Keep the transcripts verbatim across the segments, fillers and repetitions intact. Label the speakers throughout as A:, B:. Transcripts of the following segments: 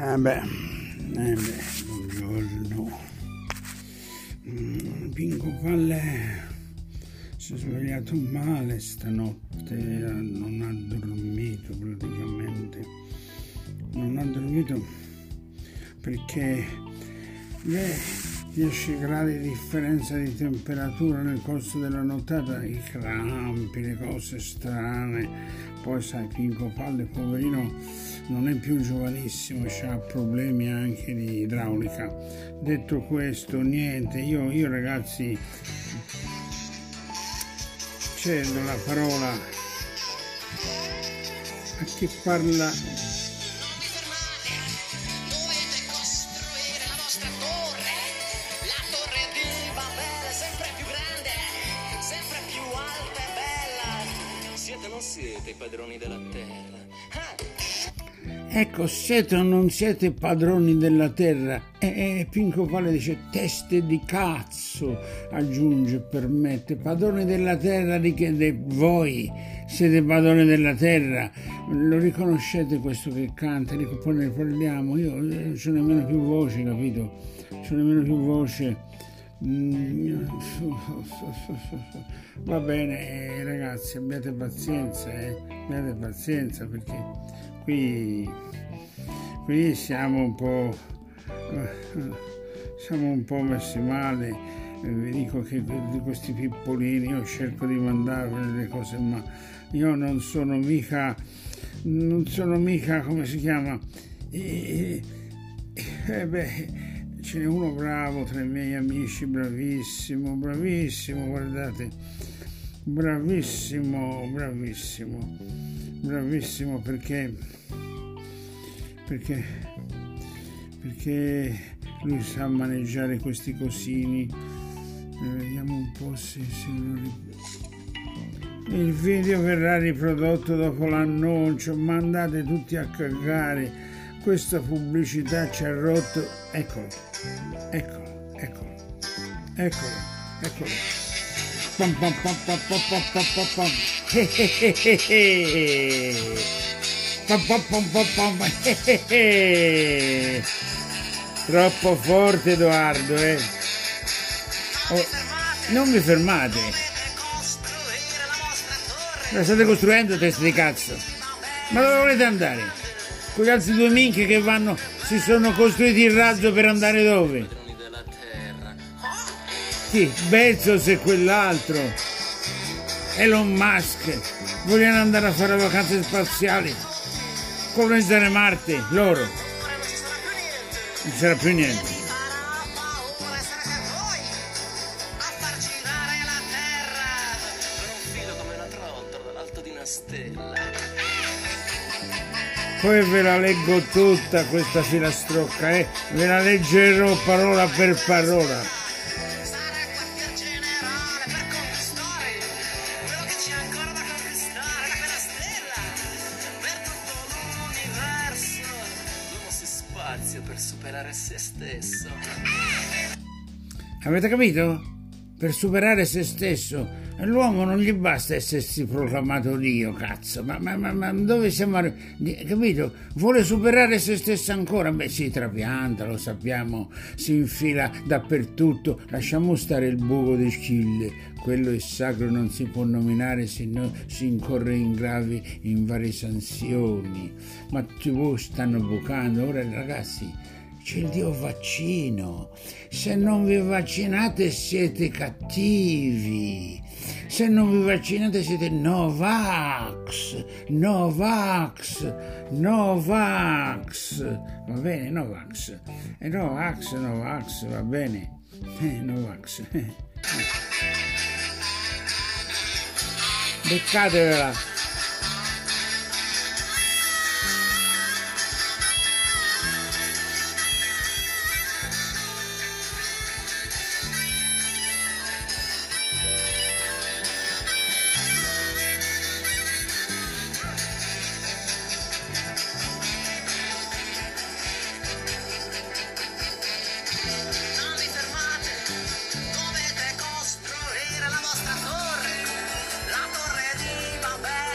A: Eh beh, eh beh, buongiorno. Mm, Pinco Palle si è svegliato male stanotte, non ha dormito praticamente. Non ha dormito perché le dieci gradi di differenza di temperatura nel corso della nottata, i crampi, le cose strane. Poi sai, Pinco Palle, poverino, non è più giovanissimo, ha problemi anche di idraulica. Detto questo, niente, io, io ragazzi cedo la parola a chi parla.
B: Non siete i padroni della terra. Ah.
A: Ecco, siete o non siete padroni della terra? E, e Pinco Palle dice teste di cazzo, aggiunge, permette, padroni della terra di che de, voi siete padroni della terra, lo riconoscete questo che canta? Dico, poi ne parliamo, io non c'ho nemmeno più voce, capito? C'ho nemmeno più voce. Va bene ragazzi, abbiate pazienza, eh? abbiate pazienza perché qui, qui siamo un po' siamo un po' messi male. Vi dico che di questi pippolini io cerco di mandarvi le cose, ma io non sono mica non sono mica come si chiama e, e beh, ce n'è uno bravo tra i miei amici, bravissimo, bravissimo, guardate, bravissimo, bravissimo, bravissimo perché, perché, perché lui sa maneggiare questi cosini. Eh, vediamo un po' se, se lo... Il video verrà riprodotto dopo l'annuncio, ma andate tutti a cagare. Questa pubblicità ci ha rotto. Eccolo, eccolo, eccolo, eccolo, eccolo. Pam pam pam pam pam pam pam pam pam. Pam pam pam pam pam. Troppo forte, Edoardo, eh. Oh, non vi fermate. La state costruendo, testa di cazzo. Ma dove volete andare? Quei cazzi due minchie che vanno, si sono costruiti il razzo per andare dove? Chi? Bezos e quell'altro. Elon Musk. Vogliono andare a fare vacanze spaziali. Colonizzare Marte, loro. Non c'era più niente. Poi ve la leggo tutta questa filastrocca, eh? Ve la leggerò parola per parola.
B: L'uomo si spazia per superare se stesso.
A: Avete capito? Per superare se stesso. L'uomo non gli basta essersi proclamato Dio, cazzo, ma, ma, ma, ma dove siamo arrivati? Capito? Vuole superare se stesso ancora? Beh, si trapianta, lo sappiamo, si infila dappertutto. Lasciamo stare il buco di Scille, quello è sacro, non si può nominare, se no si incorre in gravi, in varie sanzioni. Ma tu stanno bucando, ora ragazzi. C'è il Dio vaccino. Se non vi vaccinate siete cattivi. Se non vi vaccinate siete Novax. Novax. Novax. Va bene, Novax. E Novax, Novax, va bene. Eh, Novax. Beccatevela.
B: Dovete costruire la vostra torre, la torre di Babele.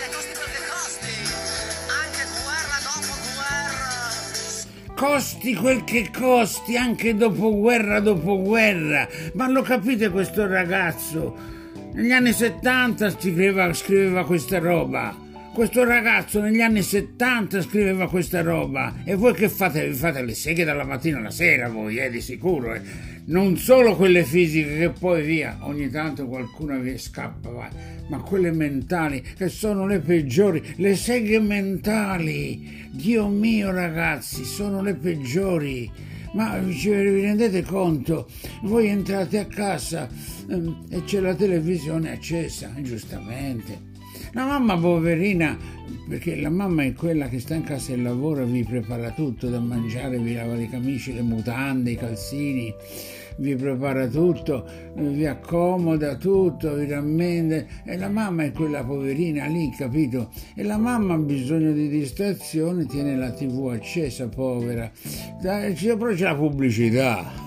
A: costi quel che costi, anche dopoguerra, dopoguerra. Ma lo capite questo ragazzo? Negli anni settanta scriveva, scriveva questa roba. Questo ragazzo negli anni settanta scriveva questa roba. E voi che fate? Vi fate le seghe dalla mattina alla sera voi, eh, di sicuro. Eh. Non solo quelle fisiche che poi via, ogni tanto qualcuna vi scappa, vai. Ma quelle mentali che sono le peggiori. Le seghe mentali, Dio mio ragazzi, sono le peggiori. Ma vi rendete conto? Voi entrate a casa ehm, e c'è la televisione accesa, giustamente. La mamma poverina, perché la mamma è quella che sta in casa e lavora, vi prepara tutto da mangiare, vi lava le camicie, le mutande, i calzini, vi prepara tutto, vi accomoda tutto, vi rammenda. E la mamma è quella poverina lì, capito? E la mamma ha bisogno di distrazione, tiene la tivù accesa, povera. Però c'è la pubblicità.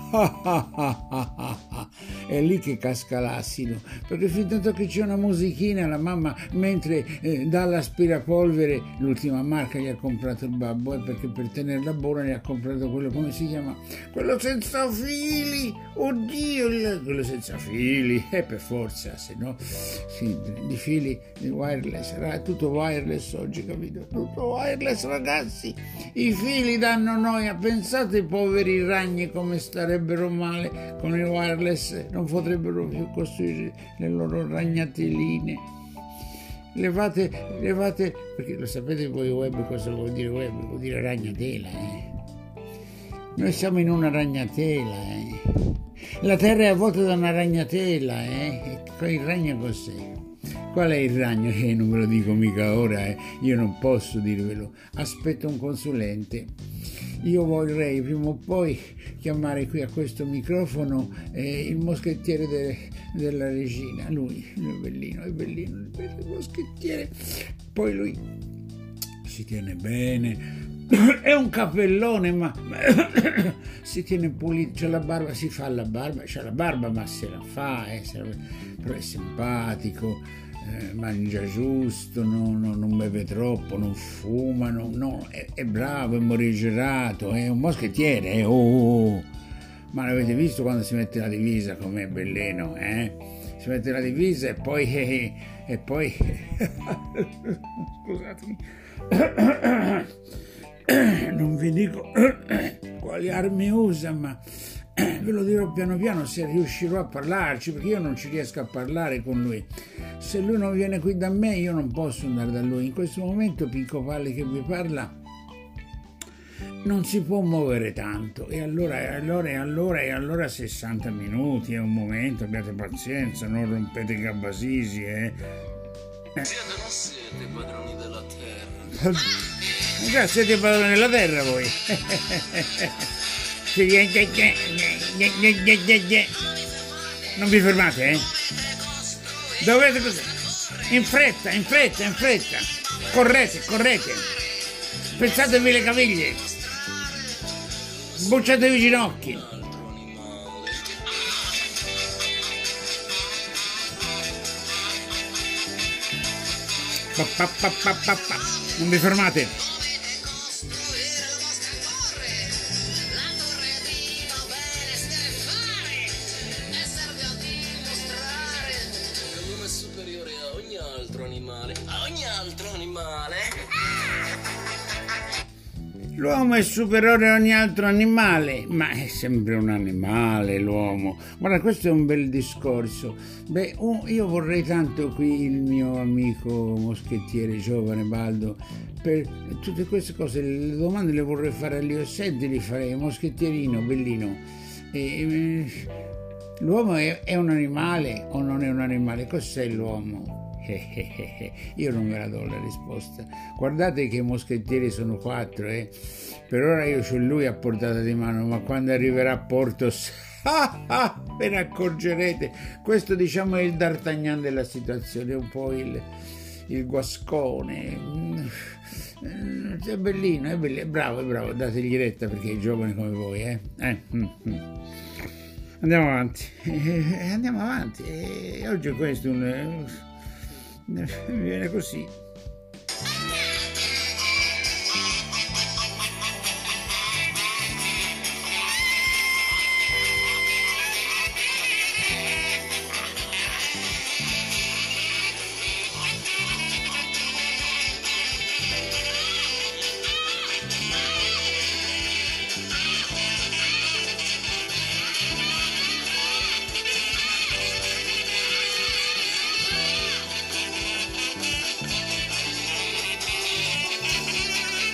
A: È lì che casca l'asino, perché fin tanto che c'è una musichina, la mamma mentre eh, dà l'aspirapolvere, l'ultima marca gli ha comprato il babbo, eh, perché per tenerla buona gli ha comprato quello, come si chiama? Quello senza fili, oddio, il, quello senza fili, e eh, per forza, se no sì, di fili, di wireless, è tutto wireless oggi, capito? Tutto wireless, ragazzi, i fili danno noia. Pensate ai poveri ragni come starebbero male con il wireless, non potrebbero più costruire le loro ragnateline. Levate, levate, perché lo sapete voi web cosa vuol dire web? Vuol dire ragnatela, eh? Noi siamo in una ragnatela, eh? La terra è avvolta da una ragnatela, eh? E il ragno cos'è? Qual è il ragno? Eh, non ve lo dico mica ora, eh? Io non posso dirvelo. Aspetto un consulente. Io vorrei prima o poi chiamare qui a questo microfono eh, il moschettiere de, della regina. Lui, lui è bellino, è bellino, il moschettiere. Poi lui si tiene bene, è un capellone, ma si tiene pulito, c'è la barba, si fa la barba, c'è la barba, ma se la fa, eh, se la, però è simpatico. Eh, mangia giusto, no, no, non beve troppo, non fuma, no, no, è, è bravo, è morigerato, è un moschettiere, eh, oh, oh, oh. Ma l'avete visto quando si mette la divisa com'è bellino, eh? Si mette la divisa e poi, eh, e poi, scusatemi, non vi dico quali armi usa, ma ve lo dirò piano piano se riuscirò a parlarci, perché io non ci riesco a parlare con lui. Se lui non viene qui da me, io non posso andare da lui. In questo momento Pinco Palli che vi parla non si può muovere tanto, e allora, e allora, e allora, e allora sessanta minuti, è un momento, abbiate pazienza, non rompete i gabbasisi, eh.
B: Siete o non siete padroni della terra?
A: Già siete padroni della terra voi. Non vi fermate, eh? Dovete così. In fretta, in fretta, in fretta. Correte, correte. Spezzatevi le caviglie. Sbucciatevi i ginocchi. Pa, pa, pa, pa, pa, pa. Non vi fermate. L'uomo è superiore a ogni altro animale, ma è sempre un animale l'uomo. Guarda, questo è un bel discorso. Beh, uh, io vorrei tanto qui il mio amico moschettiere giovane Baldo, per tutte queste cose, le domande le vorrei fare a lui, senti li farei, moschettierino, bellino. E, e, l'uomo è, è un animale o non è un animale? Cos'è l'uomo? Io non ve la do la risposta. Guardate che i moschettieri sono quattro, eh. Per ora io c'ho lui a portata di mano, ma quando arriverà a Portos ve ne accorgerete. Questo, diciamo, è il D'Artagnan della situazione, è un po' il, il guascone. È bellino, è bellino, è bravo, è bravo, dategli retta perché è giovane come voi, eh. eh. Andiamo avanti, eh, andiamo avanti. Eh, oggi questo è un... mi viene così.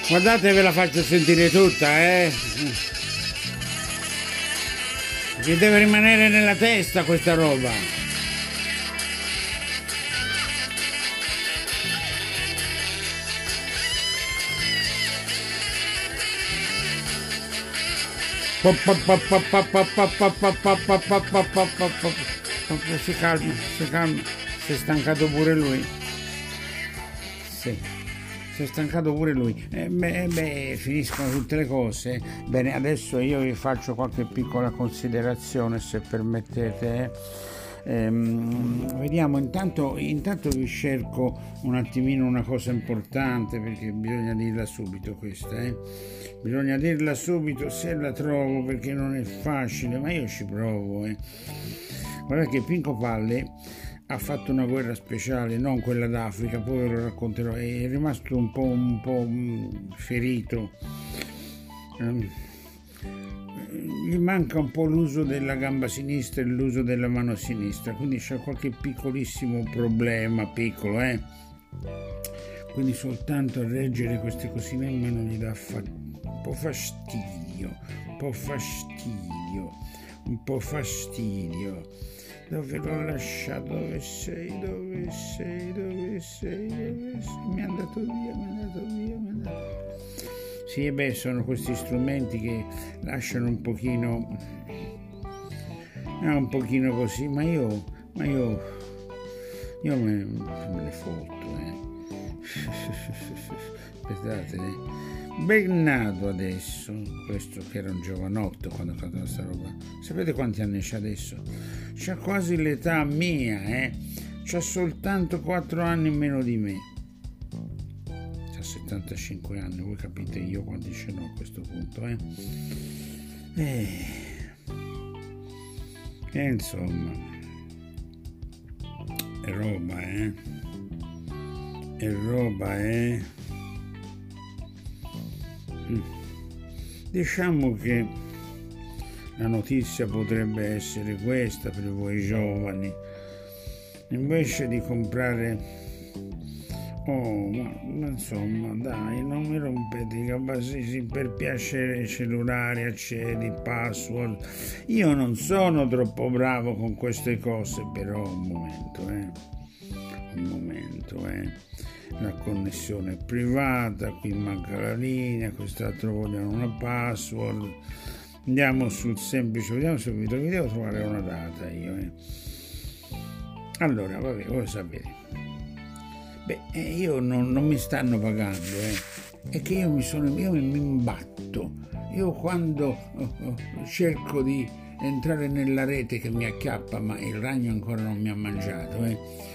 A: Guardate, ve la faccio sentire tutta, eh. Vi deve rimanere nella testa questa roba. Si calma, si calma. Si è stancato pure lui. Sì. Si è stancato pure lui. Eh, beh, beh, finiscono tutte le cose. Bene, adesso io vi faccio qualche piccola considerazione, se permettete. Ehm, vediamo, intanto, intanto vi cerco un attimino una cosa importante, perché bisogna dirla subito questa, eh. Bisogna dirla subito se la trovo, perché non è facile, ma io ci provo, eh. Guarda che Pinco Palle ha fatto una guerra speciale, non quella d'Africa, poi ve lo racconterò, è rimasto un po', un po' ferito, gli manca un po' l'uso della gamba sinistra e l'uso della mano sinistra, quindi c'è qualche piccolissimo problema, piccolo, eh? Quindi soltanto a reggere queste cosine in mano gli dà fa- un po' fastidio, un po' fastidio, un po' fastidio. Dove l'ho lasciato? Dove sei? Dove sei? Dove sei? Dove sei? Mi è andato via, mi è andato via, mi è andato via. Sì, beh, sono questi strumenti che lasciano un pochino, eh, un pochino così, ma io, ma io, io me, me ne fotto, eh. Aspettate, eh. Ben nato adesso, questo che era un giovanotto quando ha fatto questa roba. Sapete quanti anni c'ha adesso? C'ha quasi l'età mia, eh? C'ha soltanto quattro anni in meno di me. C'ha settantacinque anni, voi capite io quanti ce n'ho a questo punto, eh? E, e insomma, è roba, eh? È roba, eh? Diciamo che la notizia potrebbe essere questa per voi giovani: invece di comprare, oh, ma, ma insomma, dai, non mi rompete i cabasisi, per piacere, cellulari, accedi, password. Io non sono troppo bravo con queste cose, però un momento, eh, un momento, eh. La connessione privata, qui manca la linea, quest'altro vogliono una password. Andiamo sul semplice, vediamo subito, vi devo trovare una data io, eh. Allora, vabbè, voi sapete, beh, eh, io non, non mi stanno pagando, eh. È che io mi sono, io mi imbatto, io quando oh, oh, cerco di entrare nella rete che mi acchiappa, ma il ragno ancora non mi ha mangiato, eh.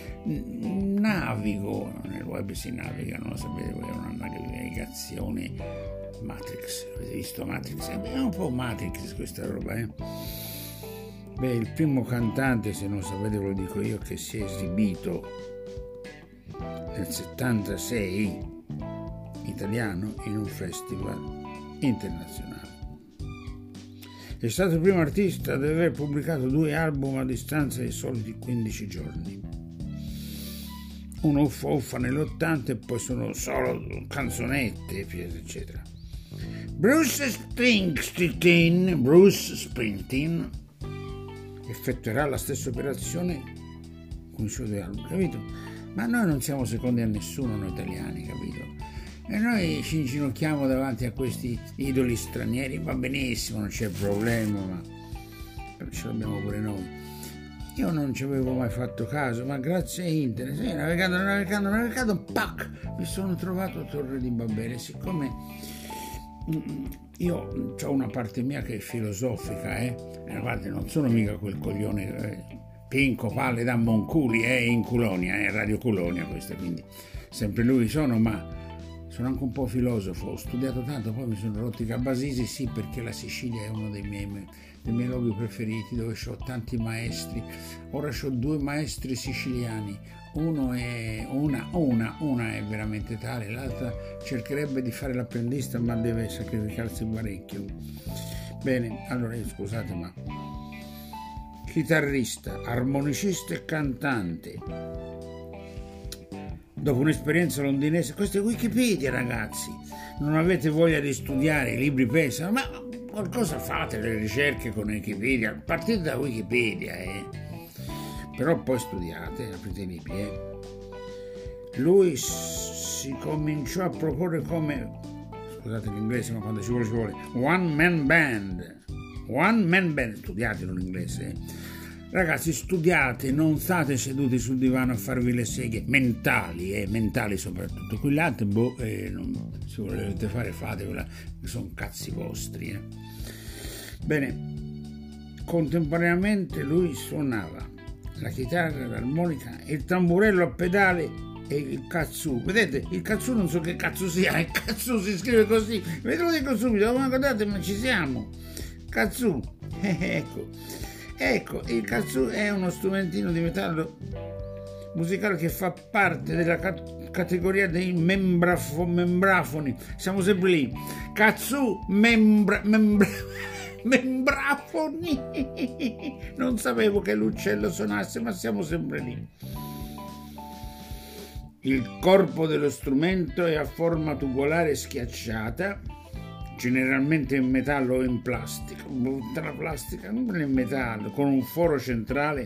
A: Navigo nel web, si naviga, non lo sapete voi, è una navigazione Matrix. Avete visto Matrix? È un po' Matrix questa roba, eh? Beh, il primo cantante, se non sapete ve lo dico io, che si è esibito nel settantasei italiano in un festival internazionale. È stato il primo artista ad aver pubblicato due album a distanza dei soliti quindici giorni. Uno uffa uffa nell'ottanta e poi sono solo canzonette, eccetera. Bruce Springsteen, Bruce Springsteen effettuerà la stessa operazione con i suoi due album, capito? Ma noi non siamo secondi a nessuno, noi italiani, capito? E noi ci inginocchiamo davanti a questi idoli stranieri, va benissimo, non c'è problema, ma ce l'abbiamo pure noi. Io non ci avevo mai fatto caso, ma grazie a internet, sì, navigando, navigando, navigando, pac, mi sono trovato Torre di Babele. Siccome io ho una parte mia che è filosofica, eh, guardate, non sono mica quel coglione, eh, Pinco Palle da Monculi, eh, in Culonia, eh, Radio Culonia questa, quindi sempre lui sono, ma sono anche un po' filosofo, ho studiato tanto, poi mi sono rotto i cabasisi, sì, perché la Sicilia è uno dei miei, dei miei luoghi preferiti, dove ho tanti maestri. Ora ho due maestri siciliani, uno è una, una, una è veramente tale, l'altra cercherebbe di fare l'apprendista, ma deve sacrificarsi parecchio. Bene, allora io, scusate, ma chitarrista, armonicista e cantante. dopo un'esperienza londinese, questo è Wikipedia, ragazzi, non avete voglia di studiare, i libri pesano, ma qualcosa fate, le ricerche con Wikipedia, partite da Wikipedia, eh. Però poi studiate, aprite i libri, eh. Lui si cominciò a proporre come, scusate l'inglese, ma quando ci vuole ci vuole, one man band, one man band, studiatelo l'inglese, eh. Ragazzi, studiate, non state seduti sul divano a farvi le seghe mentali, eh, mentali soprattutto. Quell'altro, boh, eh, non, se volete fare, fatevela, sono cazzi vostri. Eh. Bene, contemporaneamente lui suonava la chitarra, l'armonica, il tamburello a pedale e il kazoo. Vedete, il kazoo non so che cazzo sia, il kazoo si scrive così, ve lo dico subito, ma guardate, ma ci siamo. Kazoo, eh, ecco. Ecco, il kazoo è uno strumentino di metallo musicale che fa parte della cat- categoria dei membrafo- membrafoni. Siamo sempre lì. Kazoo, membra, membra, membrafoni. Non sapevo che l'uccello suonasse, ma siamo sempre lì. Il corpo dello strumento è a forma tubolare schiacciata, generalmente in metallo o in plastica, tutta la plastica, non in metallo, con un foro centrale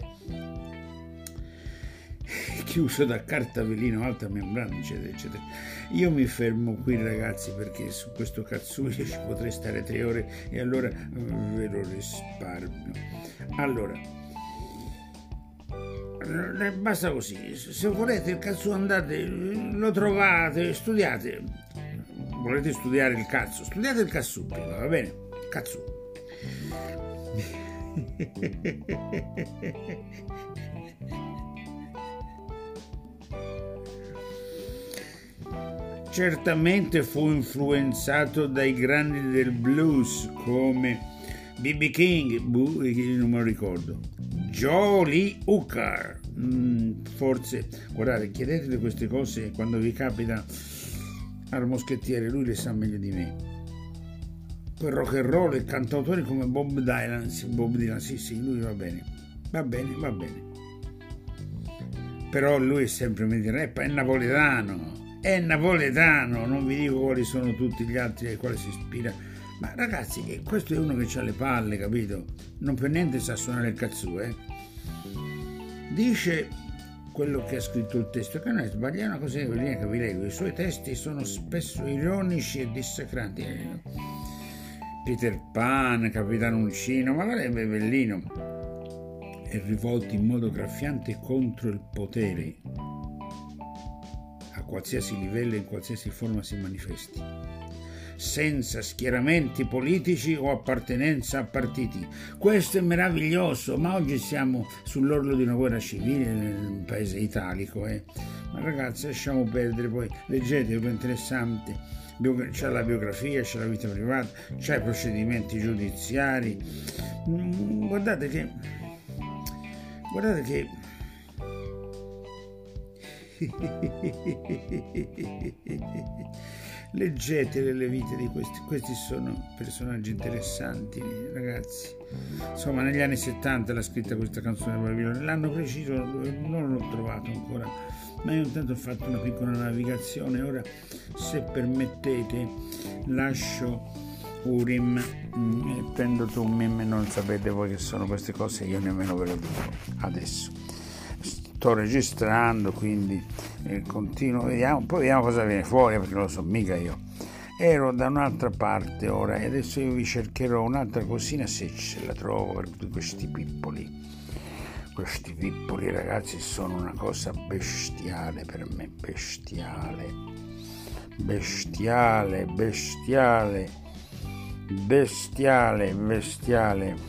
A: chiuso da carta velino, alta membrana, eccetera, eccetera. Io mi fermo qui, ragazzi, perché su questo kazoo io ci potrei stare tre ore e allora ve lo risparmio. Allora, basta così. Se volete il kazoo andate, lo trovate, studiate. Volete studiare il cazzo, studiate il kazoo prima, va bene? Kazoo. Certamente fu influenzato dai grandi del blues come B B King, buh, non me lo ricordo, Joe Lee Hooker, mm, forse, guardate, chiedetele queste cose quando vi capita al moschettiere, lui le sa meglio di me. Poi rock and roll e cantautori come Bob Dylan, sì, Bob Dylan, sì, sì, lui va bene, va bene, va bene. Però lui è sempre mediterraneo, è napoletano, è napoletano, non vi dico quali sono tutti gli altri ai quali si ispira. Ma ragazzi, questo è uno che ha le palle, capito? Non per niente sa suonare il kazoo, eh? Dice quello che ha scritto il testo, che non è sbagliato, è una cosa che vi leggo. I suoi testi sono spesso ironici e dissacranti. Peter Pan, Capitano Uncino, ma guarda è bellino. E rivolti in modo graffiante contro il potere, a qualsiasi livello e in qualsiasi forma si manifesti, senza schieramenti politici o appartenenza a partiti. Questo è meraviglioso, ma oggi siamo sull'orlo di una guerra civile nel paese italico, eh. Ma ragazzi, lasciamo perdere, poi leggete, è interessante, c'è la biografia, c'è la vita privata, c'è i procedimenti giudiziari. Mm, guardate che guardate che leggetele le vite di questi, questi sono personaggi interessanti, ragazzi. Insomma, negli anni settanta l'ha scritta questa canzone Babilone, l'anno preciso non l'ho trovato ancora, ma io intanto ho fatto una piccola navigazione. Ora, se permettete, lascio Urim e prendo Tummim, e non sapete voi che sono queste cose, io nemmeno ve lo dico adesso. Sto registrando, quindi eh, continuo, vediamo, poi vediamo cosa viene fuori, perché non lo so mica io. Ero da un'altra parte ora e adesso io vi cercherò un'altra cosina se ce la trovo, per tutti questi pippoli. Questi pippoli, ragazzi, sono una cosa bestiale per me, bestiale, bestiale, bestiale, bestiale, bestiale.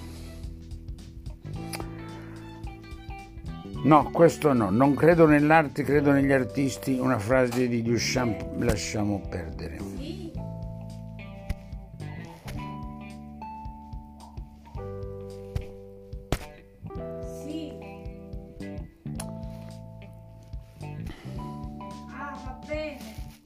A: No, questo no, non credo nell'arte, credo negli artisti. Una frase di Duchamp, lasciamo perdere.
C: Sì. Sì. Ah, va bene.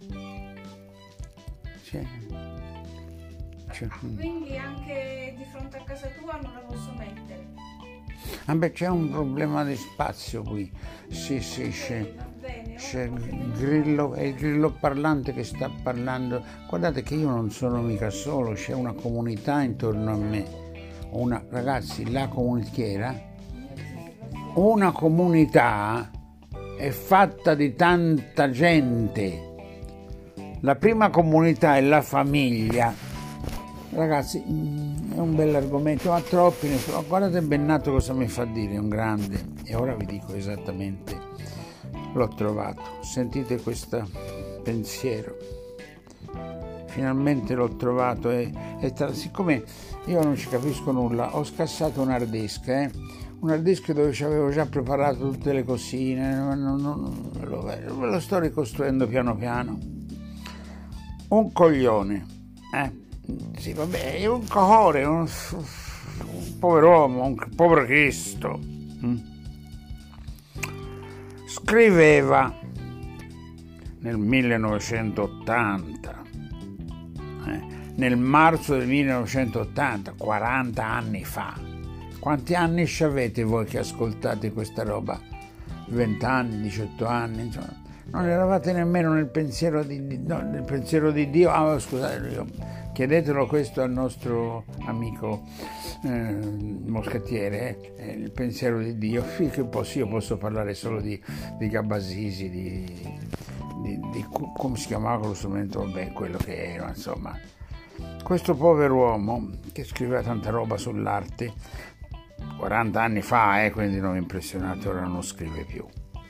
A: C'è. C'è.
C: Quindi anche di fronte a casa tua non la posso mettere.
A: Ah beh, c'è un problema di spazio qui. Sì, sì, c'è.
C: Va bene,
A: c'è Grillo, è il grillo parlante che sta parlando. Guardate che io non sono mica solo, c'è una comunità intorno a me. Una, ragazzi, la comunitiera, una comunità è fatta di tanta gente. La prima comunità è la famiglia. Ragazzi, è un bell'argomento, ma troppi ne so. Guardate Bennato cosa mi fa dire, è un grande. E ora vi dico esattamente, l'ho trovato. Sentite questo pensiero. Finalmente l'ho trovato e, e tra, siccome io non ci capisco nulla, ho scassato un hard disk, eh? un hard disk dove ci avevo già preparato tutte le cosine, non, non, non, lo, ve lo sto ricostruendo piano piano. Un coglione, eh? Sì, vabbè, è un coglione, un, un pover'uomo, un povero Cristo. Mm? Scriveva nel millenovecentottanta, eh, nel marzo del millenovecentottanta, quaranta anni fa. Quanti anni ci avete voi che ascoltate questa roba? venti anni, diciotto anni, insomma. Non eravate nemmeno nel pensiero di, no, nel pensiero di Dio. Ah, scusate, io, chiedetelo questo al nostro amico eh, moschettiere, eh, il pensiero di Dio. Sì, che posso, io posso parlare solo di, di Gabasisi, di, di, di come si chiamava quello strumento, vabbè, quello che era, insomma. Questo povero uomo che scriveva tanta roba sull'arte, quaranta anni fa, eh, quindi non impressionate, ora non scrive più.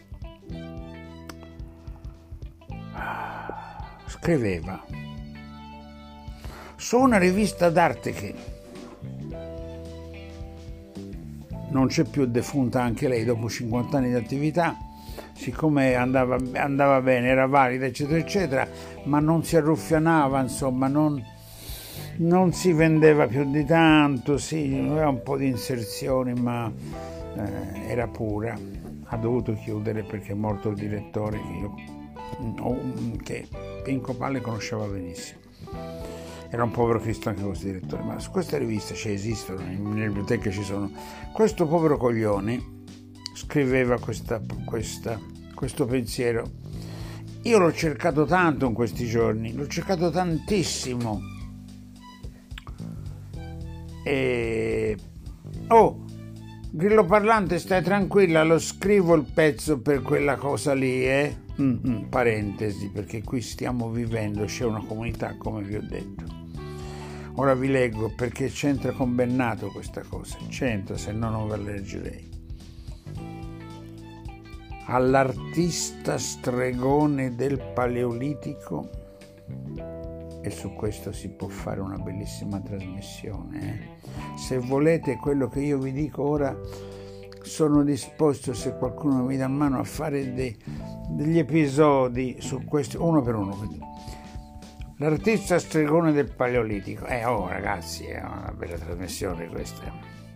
A: Scriveva su una rivista d'arte che non c'è più, defunta anche lei dopo cinquanta anni di attività, siccome andava, andava bene, era valida, eccetera eccetera, ma non si arruffianava, insomma, non, non si vendeva più di tanto, sì, aveva un po' di inserzioni, ma eh, era pura. Ha dovuto chiudere perché è morto il direttore che io che Pinco Palle conosceva benissimo. Era un povero Cristo anche questo direttore, ma su questa rivista ci esistono, nelle biblioteche ci sono. Questo povero coglione scriveva questa, questa, questo pensiero. Io l'ho cercato tanto in questi giorni, l'ho cercato tantissimo. E oh, Grillo parlante, stai tranquilla, lo scrivo il pezzo per quella cosa lì, eh? Mm-hmm, parentesi, perché qui stiamo vivendo, c'è una comunità, come vi ho detto. Ora vi leggo perché c'entra con Bennato questa cosa, c'entra, se no non ve la leggerei. All'artista stregone del Paleolitico, e su questo si può fare una bellissima trasmissione, eh? Se volete quello che io vi dico ora, sono disposto, se qualcuno mi dà mano, a fare dei, degli episodi su questo, uno per uno. Quindi, l'artista stregone del Paleolitico. Eh, oh ragazzi, è una bella trasmissione questa.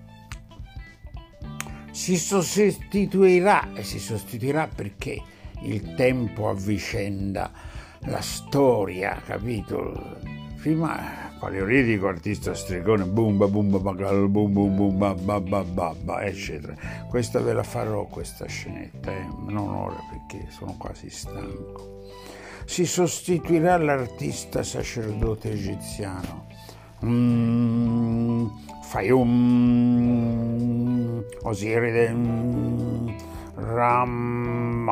A: Si sostituirà, e si sostituirà perché il tempo avvicenda la storia, capito? Prima Paleolitico, artista stregone, bumba bumba bum bum bum ba ba ba ba ba, eccetera. Questa ve la farò, questa scenetta, eh? Non ora perché sono quasi stanco. Si sostituirà l'artista sacerdote egiziano. Mm, Fayum, Osiride, mm, Ram,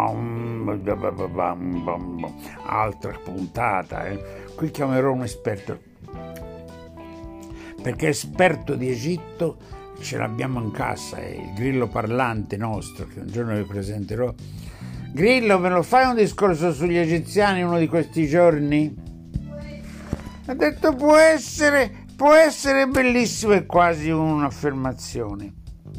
A: altra puntata, eh? Qui chiamerò un esperto, perché esperto di Egitto ce l'abbiamo in casa, è il Grillo parlante nostro, che un giorno vi presenterò. Grillo, me lo fai un discorso sugli egiziani uno di questi giorni? Ha detto può essere, può essere bellissimo, è quasi un'affermazione.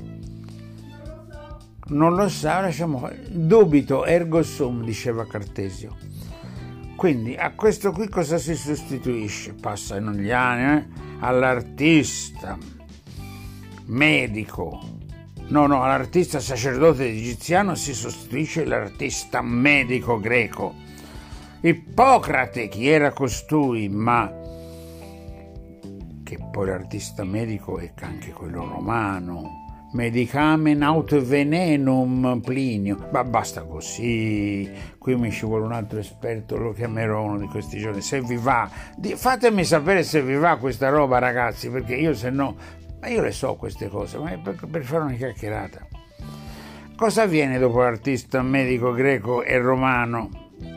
A: Non lo sa, lasciamo fare. Dubito, ergo sum, diceva Cartesio. Quindi a questo qui cosa si sostituisce? Passano gli anni, eh? All'artista medico, no no, all'artista sacerdote egiziano si sostituisce l'artista medico greco. Ippocrate, chi era costui, ma che poi l'artista medico è anche quello romano, Medicamen aut venenum Plinio. Ma basta così, qui mi ci vuole un altro esperto, lo chiamerò uno di questi giorni, se vi va. Fatemi sapere se vi va questa roba, ragazzi, perché io se no, ma io le so queste cose, ma è per, per fare una chiacchierata. Cosa avviene dopo l'artista medico greco e romano?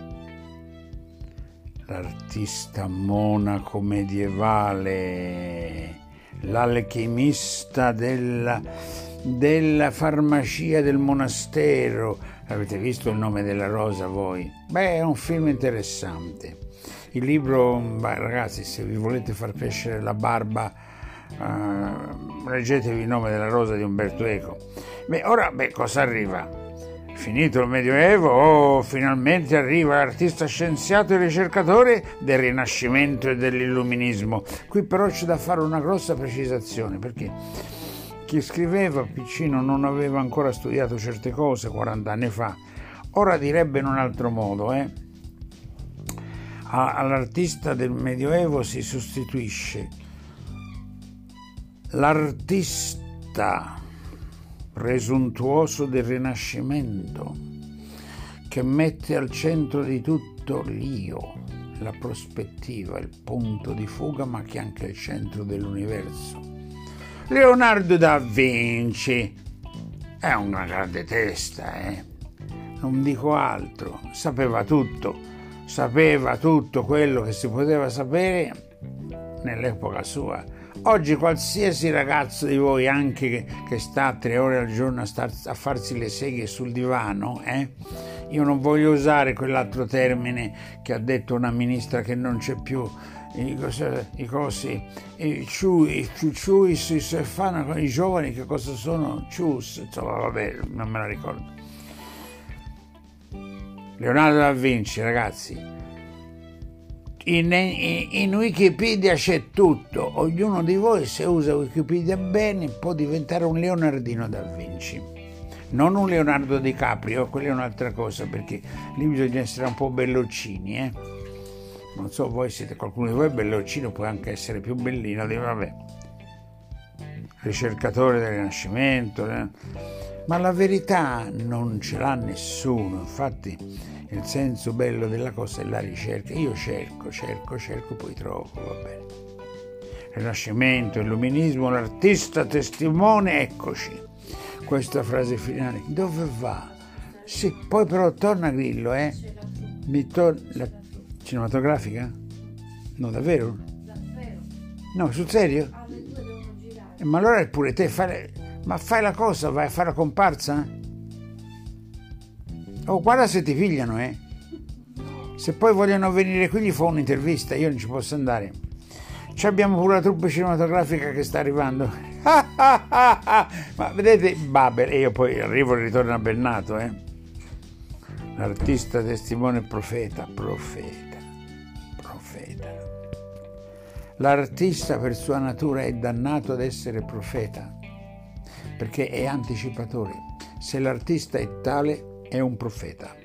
A: L'artista monaco medievale, l'alchimista della, della farmacia del monastero. Avete visto Il nome della rosa voi? Beh, è un film interessante. Il libro, beh, ragazzi, se vi volete far crescere la barba, uh, leggetevi Il nome della rosa di Umberto Eco. Beh, ora, beh, cosa arriva? Finito il Medioevo, oh, finalmente arriva l'artista scienziato e ricercatore del Rinascimento e dell'Illuminismo. Qui però c'è da fare una grossa precisazione, perché chi scriveva piccino non aveva ancora studiato certe cose quaranta anni fa. Ora direbbe in un altro modo, eh? All'artista del Medioevo si sostituisce l'artista presuntuoso del Rinascimento, che mette al centro di tutto l'io, la prospettiva, il punto di fuga, ma che è anche il centro dell'universo. Leonardo da Vinci è una grande testa, eh? Non dico altro, sapeva tutto, sapeva tutto quello che si poteva sapere nell'epoca sua. Oggi qualsiasi ragazzo di voi, anche che, che sta tre ore al giorno a, star, a farsi le seghe sul divano, eh? Io non voglio usare quell'altro termine che ha detto una ministra che non c'è più, i, i cosi, i ciui, i ciui si fanno con i giovani, che cosa sono? Cius, insomma, vabbè, non me la ricordo. Leonardo da Vinci, ragazzi. In, in, in Wikipedia c'è tutto, ognuno di voi, se usa Wikipedia bene, può diventare un Leonardino da Vinci, non un Leonardo DiCaprio, quella è un'altra cosa, perché lì bisogna essere un po' belloccini, eh? Non so, voi siete, qualcuno di voi è belloccino, può anche essere più bellino, di vabbè, ricercatore del Rinascimento, eh? Ma la verità non ce l'ha nessuno, infatti il senso bello della cosa è la ricerca. Io cerco, cerco, cerco, poi trovo, va bene. Rinascimento, Illuminismo, l'artista testimone, eccoci. Questa frase finale, dove va? Sì, poi però torna Grillo, eh? Mi tor- la cinematografica? No, davvero?
C: Davvero?
A: No, sul serio?
C: Alle due devono girare.
A: Ma allora pure te, fai, ma fai la cosa, vai a fare la comparsa? Oh, guarda se ti pigliano, eh. Se poi vogliono venire qui gli fa un'intervista, io non ci posso andare. Ci abbiamo pure la troupe cinematografica che sta arrivando. Ma vedete, Babel, e io poi arrivo e ritorno a Bennato, eh. L'artista, testimone, profeta, profeta, profeta. L'artista per sua natura è dannato ad essere profeta, perché è anticipatore. Se l'artista è tale, è un profeta.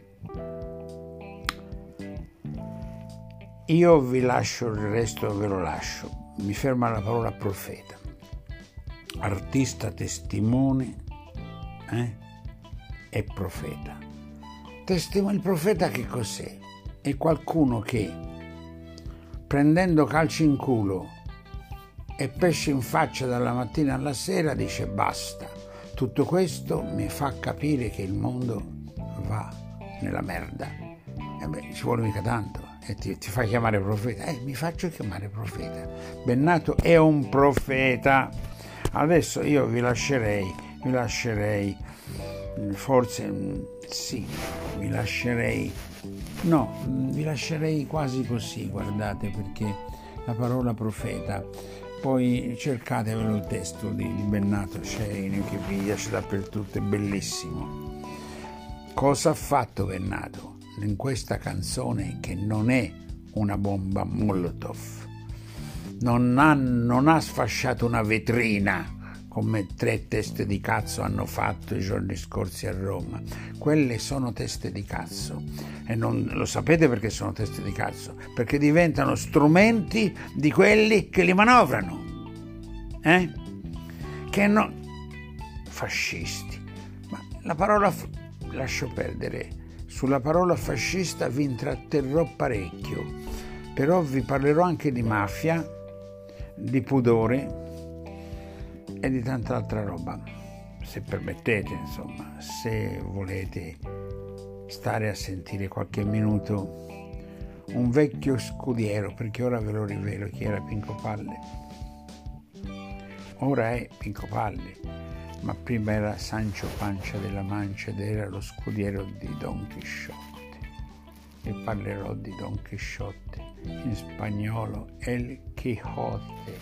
A: Io vi lascio, il resto ve lo lascio. Mi fermo alla parola profeta. Artista, testimone, eh? E profeta. Testimone, il profeta che cos'è? È qualcuno che, prendendo calci in culo e pesce in faccia dalla mattina alla sera, dice basta. Tutto questo mi fa capire che il mondo va nella merda. E beh, ci vuole mica tanto. E ti, ti fai chiamare profeta. Eh, mi faccio chiamare profeta. Bennato è un profeta. Adesso io vi lascerei, vi lascerei, forse sì, vi lascerei, no, vi lascerei quasi così, guardate, perché la parola profeta, poi cercatevelo il testo di, di Bennato, c'è in Wikipedia, c'è dappertutto, è bellissimo. Cosa ha fatto Bennato in questa canzone che non è una bomba Molotov? Non ha, non ha sfasciato una vetrina come tre teste di cazzo hanno fatto i giorni scorsi a Roma. Quelle sono teste di cazzo e non lo sapete perché sono teste di cazzo? Perché diventano strumenti di quelli che li manovrano, eh? Che no, fascisti. Ma la parola, lascio perdere, sulla parola fascista vi intratterrò parecchio, però vi parlerò anche di mafia, di pudore e di tanta altra roba, se permettete, insomma, se volete stare a sentire qualche minuto un vecchio scudiero, perché ora ve lo rivelo chi era Pinco Palle. Ora è Pinco Palle, ma prima era Sancho Pancia della Mancia ed era lo scudiero di Don Chisciotte. E parlerò di Don Chisciotte, in spagnolo El Quijote.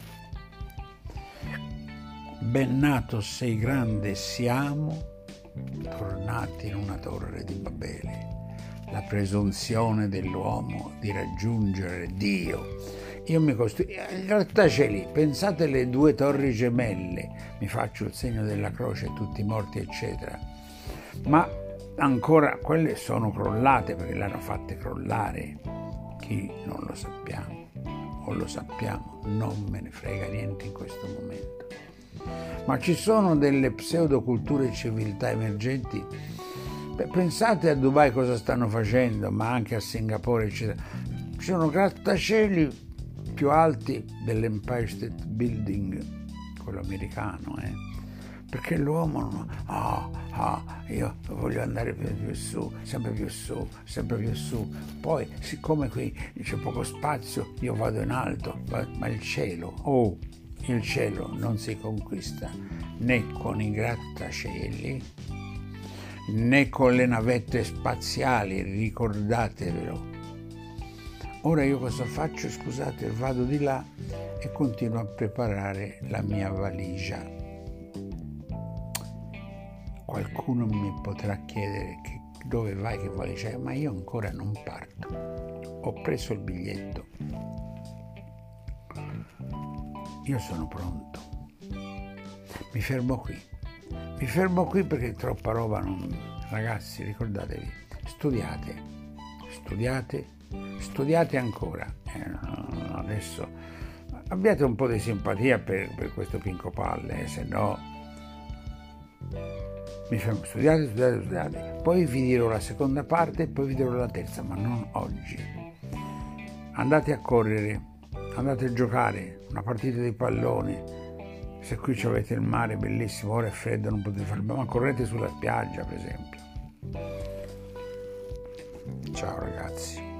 A: Ben nato sei grande siamo, tornati in una torre di Babele. La presunzione dell'uomo di raggiungere Dio. Io mi costruisco il grattacieli, pensate le due torri gemelle, mi faccio il segno della croce, tutti morti eccetera, ma ancora quelle sono crollate perché le hanno fatte crollare. Chi non lo sappiamo o lo sappiamo, non me ne frega niente in questo momento. Ma ci sono delle pseudoculture e civiltà emergenti. Beh, pensate a Dubai cosa stanno facendo, ma anche a Singapore eccetera. Ci sono grattacieli più alti dell'Empire State Building, quello americano, eh? Perché l'uomo non ah, ah, io voglio andare più, più su, sempre più su, sempre più su. Poi, siccome qui c'è poco spazio, io vado in alto, ma il cielo, oh, il cielo non si conquista né con i grattacieli né con le navette spaziali, ricordatevelo. Ora io cosa faccio? Scusate, vado di là e continuo a preparare la mia valigia. Qualcuno mi potrà chiedere che, dove vai, che valigia è, ma io ancora non parto. Ho preso il biglietto. Io sono pronto. Mi fermo qui. Mi fermo qui perché troppa roba non... Ragazzi, ricordatevi, studiate, studiate, studiate ancora. Eh, adesso abbiate un po' di simpatia per, per questo Pinco Palle, eh, se no mi fermo. Studiate, studiate, studiate. Poi vi dirò la seconda parte e poi vi dirò la terza, ma non oggi. Andate a correre, andate a giocare una partita di pallone. Se qui avete il mare bellissimo, ora è freddo, non potete fare, ma correte sulla spiaggia, per esempio. Ciao ragazzi.